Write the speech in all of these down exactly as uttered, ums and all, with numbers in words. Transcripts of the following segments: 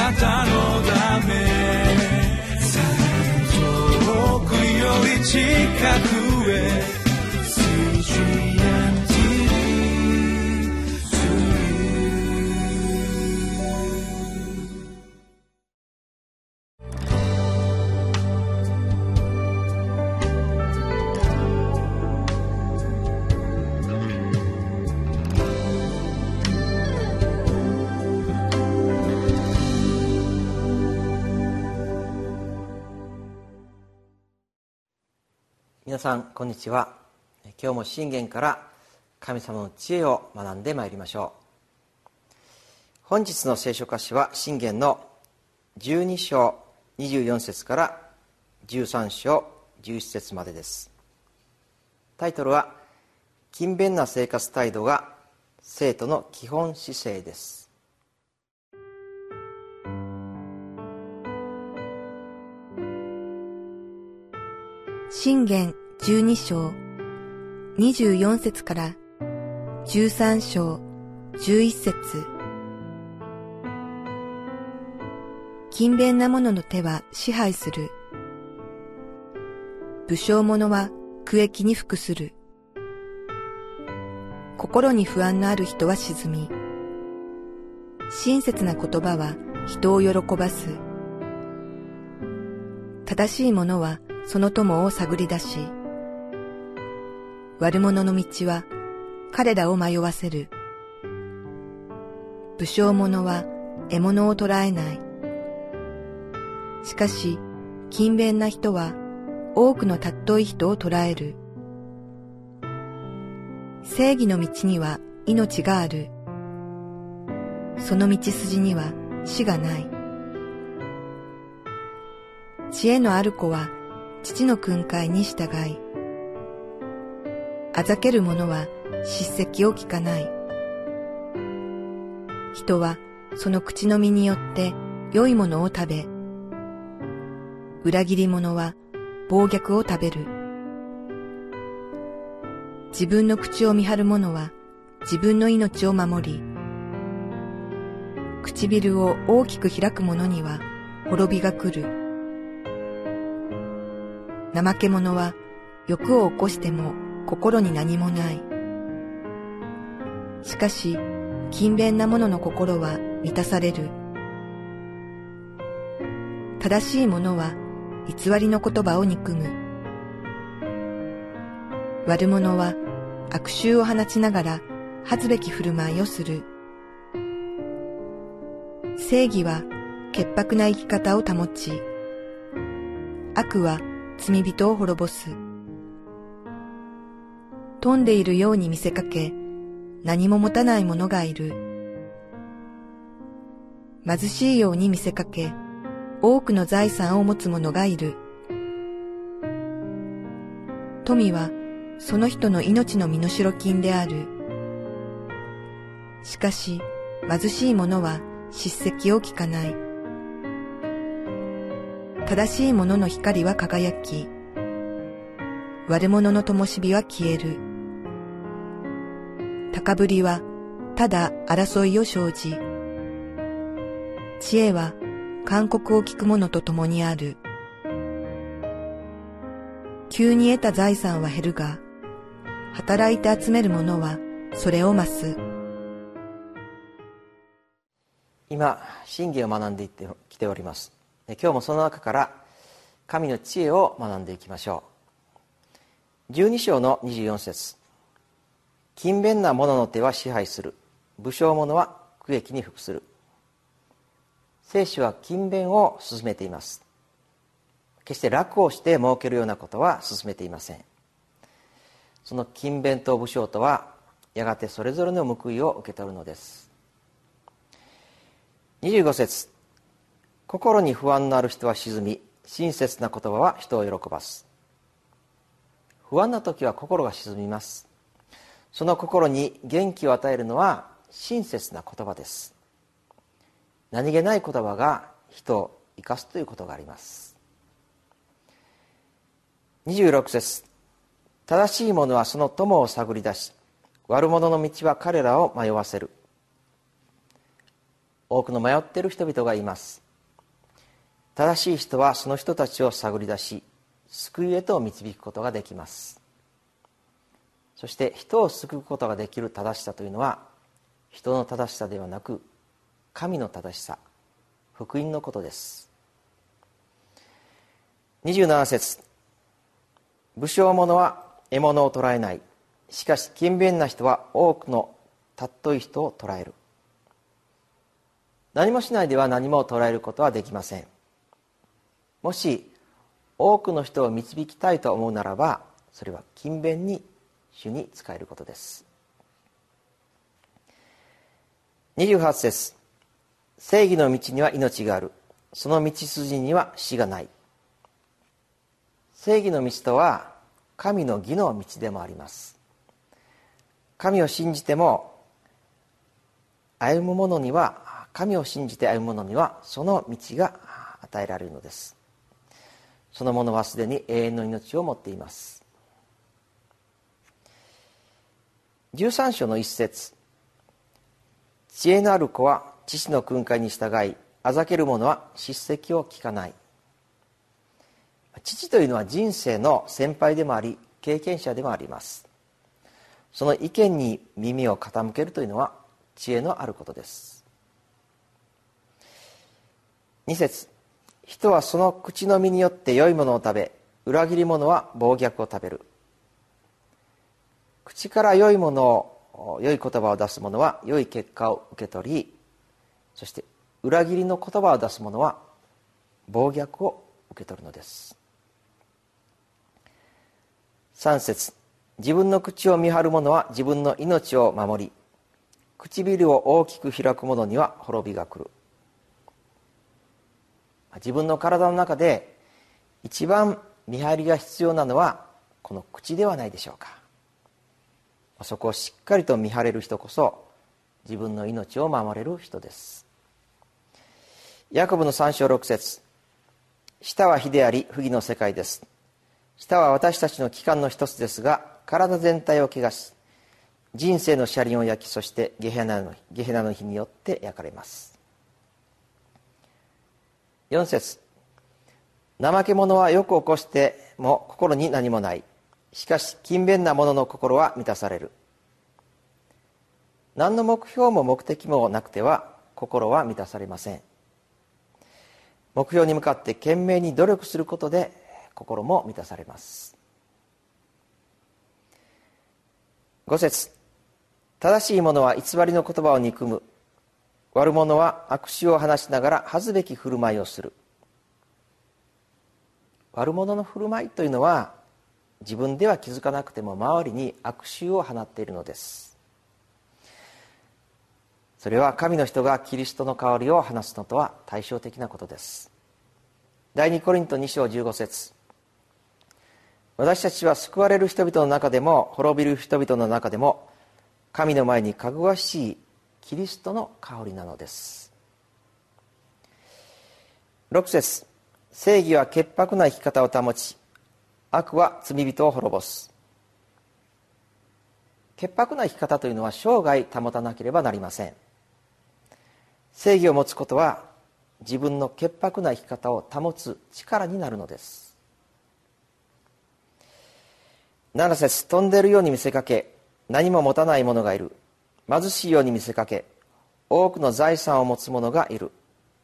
なたのため遠くより近くへ皆さんこんにちは。今日も箴言から神様の知恵を学んでまいりましょう。本日の聖書箇所は箴言のじゅうに章にじゅうよん節からじゅうさん章じゅういち節までです。タイトルは勤勉な生活態度が生徒の基本姿勢です。 箴言じゅうに章にじゅうよん節からじゅうさん章じゅういち節。勤勉な者の手は支配する。武将者は苦役に服する。心に不安のある人は沈み、親切な言葉は人を喜ばす。正しい者はその友を探り出し、悪者の道は彼らを迷わせる。武将者は獲物を捕らえない。しかし勤勉な人は多くの尊い人を捕らえる。正義の道には命がある。その道筋には死がない。知恵のある子は父の訓戒に従い、あざける者は叱責を聞かない。人はその口の実によって良いものを食べ、裏切り者は暴虐を食べる。自分の口を見張る者は自分の命を守り、唇を大きく開く者には滅びが来る。怠け者は欲を起こしても心に何もない。しかし勤勉な者の心は満たされる。正しい者は偽りの言葉を憎む。悪者は悪臭を放ちながら恥ずべき振る舞いをする。正義は潔白な生き方を保ち、悪は罪人を滅ぼす。富んでいるように見せかけ、何も持たない者がいる。貧しいように見せかけ、多くの財産を持つ者がいる。富はその人の命の身代金である。しかし貧しい者は叱責を聞かない。正しい者の光は輝き、悪者の灯火は消える。高ぶりはただ争いを生じ、知恵は勧告を聞く者と共にある。急に得た財産は減るが、働いて集める者はそれを増す。 今箴言を学んでいってきております。今日もその中から神の知恵を学んでいきましょう。じゅうに章のにじゅうよん節。勤勉な者の手は支配する。武将者は苦役に服する。聖書は勤勉を勧めています。決して楽をして儲けるようなことは勧めていません。その勤勉と武将とはやがてそれぞれの報いを受け取るのです。にじゅうご節。心に不安のある人は沈み、親切な言葉は人を喜ばす。不安な時は心が沈みます。その心に元気を与えるのは親切な言葉です。何気ない言葉が人を生かすということがあります。にじゅうろく節。正しい者はその友を探り出し、悪者の道は彼らを迷わせる。己多くの迷っている人々がいます。正しい人はその人たちを探り出し、救いへと導くことができます。そして人を救うことができる正しさというのは、人の正しさではなく神の正しさ、福音のことです。にじゅうなな節、武将者は獲物を捕らえない。しかし勤勉な人は多くの尊い人を捕らえる。何もしないでは何も捕らえることはできません。もし多くの人を導きたいと思うならば、それは勤勉に主に仕えることです。にじゅうはち節、正義の道には命がある。その道筋には死がない。正義の道とは神の義の道でもあります。神を信じても歩む者には、神を信じて歩む者にはその道が与えられるのです。その者はすでに永遠の命を持っています。じゅうさん章の一節、知恵のある子は父の訓戒に従い、あざける者は叱責を聞かない。父というのは人生の先輩でもあり、経験者でもあります。その意見に耳を傾けるというのは知恵のあることです。に節、人はその口の実によって良いものを食べ、裏切り者は暴虐を食べる。口から良いものを、良い言葉を出す者は良い結果を受け取り、そして裏切りの言葉を出す者は暴虐を受け取るのです。さん節、自分の口を見張る者は自分の命を守り、唇を大きく開く者には滅びが来る。自分の体の中で一番見張りが必要なのはこの口ではないでしょうか。そこをしっかりと見張れる人こそ自分の命を守れる人です。ヤコブのさん章ろく節、舌は火であり不義の世界です。舌は私たちの器官の一つですが、体全体を汚し、人生の車輪を焼き、そしてゲヘナの、ゲヘナの火によって焼かれます。よん節、怠け者はよく起こしても心に何もない。しかし勤勉な者の心は満たされる。何の目標も目的もなくては心は満たされません。目標に向かって懸命に努力することで心も満たされます。ご節、正しい者は偽りの言葉を憎む。悪者は悪手を話しながら恥ずべき振る舞いをする。悪者の振る舞いというのは、自分では気づかなくても周りに悪臭を放っているのです。それは神の人がキリストの代わりを話すのとは対照的なことです。第二コリントに章じゅうご節、私たちは救われる人々の中でも滅びる人々の中でも神の前にかぐわしいキリストの香りなのです。ろく節、正義は潔白な生き方を保ち、悪は罪人を滅ぼす。潔白な生き方というのは生涯保たなければなりません。正義を持つことは自分の潔白な生き方を保つ力になるのです。なな節、飛んでいるように見せかけ何も持たない者がいる。貧しいように見せかけ多くの財産を持つ者がいる。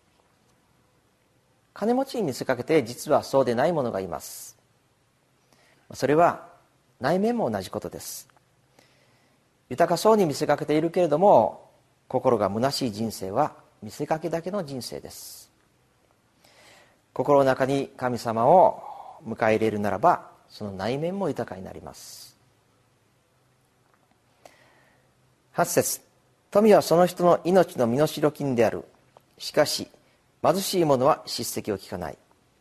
金持ちに見せかけて実はそうでない者がいます。それは内面も同じことです。豊かそうに見せかけているけれども、心が虚しい人生は見せかけだけの人生です。心の中に神様を迎え入れるならば、その内面も豊かになります。はち節、富はその人の命の身代金である。しかし貧しい者は叱責を聞かない。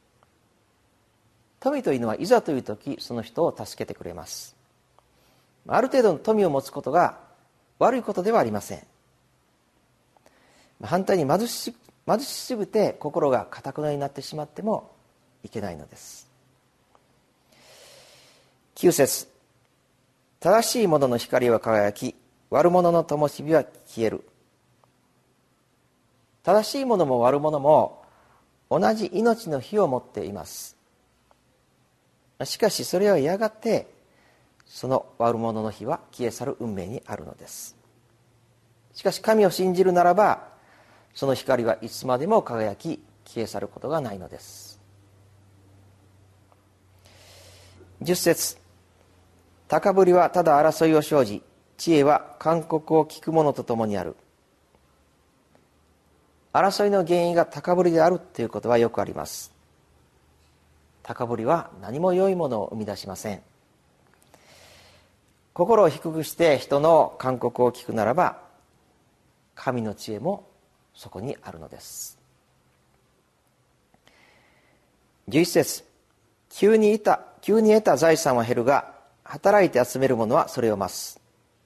富というのはいざという時その人を助けてくれます。ある程度の富を持つことが悪いことではありません。反対に貧し、貧しすぎて心が堅くなになってしまってもいけないのです。きゅう節、正しい者の光は輝き悪者の灯火は消える。 正しいものも悪者も同じ命の火を持っています。しかしそれはやがてその悪者の火は消え去る運命にあるのです。しかし神を信じるならば、その光はいつまでも輝き消え去ることがないのです。十節、高ぶりはただ争いを生じ、知恵は勧告を聞く者と共にある。争いの原因が高ぶりであるということはよくあります。高ぶりは何も良いものを生み出しません。心を低くして人の勧告を聞くならば、神の知恵もそこにあるのです。十一節、急に得た、急に得た財産は減るが、働いて集めるものはそれを増す。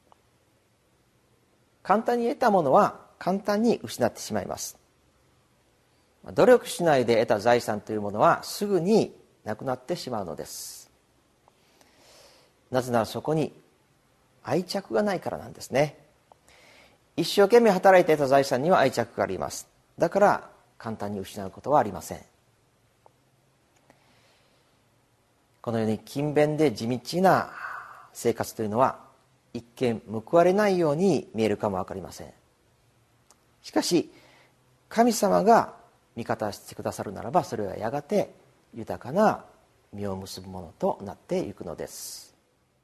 簡単に得たものは簡単に失ってしまいます。努力しないで得た財産というものはすぐになくなってしまうのです。なぜならそこに愛着がないからなんですね。一生懸命働いて得た財産には愛着があります。だから簡単に失うことはありません。このように勤勉で地道な生活というのは一見報われないように見えるかも分かりません。しかし神様が味方してくださるならば、それはやがて豊かな実を結ぶものとなっていくのです。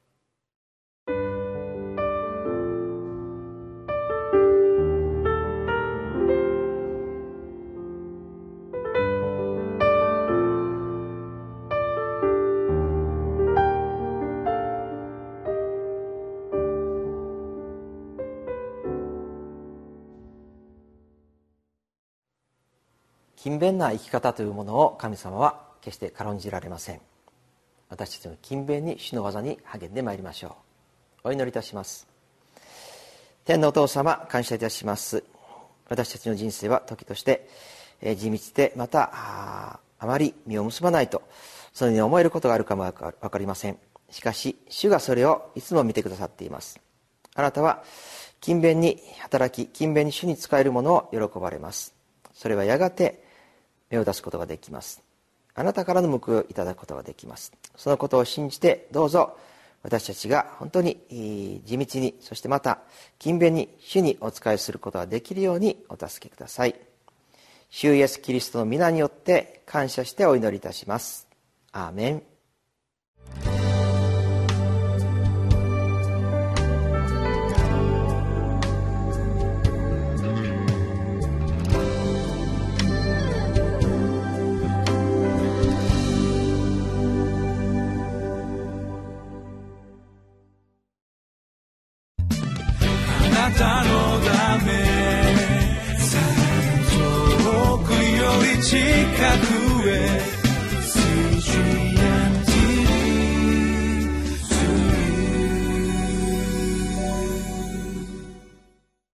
勤勉な生き方というものを神様は決して軽んじられません。私たちの勤勉に主の技に励んでまいりましょう。お祈りいたします。天のお父様、感謝いたします。私たちの人生は時として地道で、また あ, あまり実を結ばないとそのように思えることがあるかもわかりません。しかし主がそれをいつも見てくださっています。あなたは勤勉に働き、勤勉に主に仕えるものを喜ばれます。それはやがて芽を出すことができます。あなたからの報いをいただくことができます。そのことを信じて、どうぞ私たちが本当に地道に、そしてまた勤勉に主にお仕えすることができるようにお助けください。主イエスキリストの皆によって感謝してお祈りいたします。アーメン。 あなたのため遠くより近く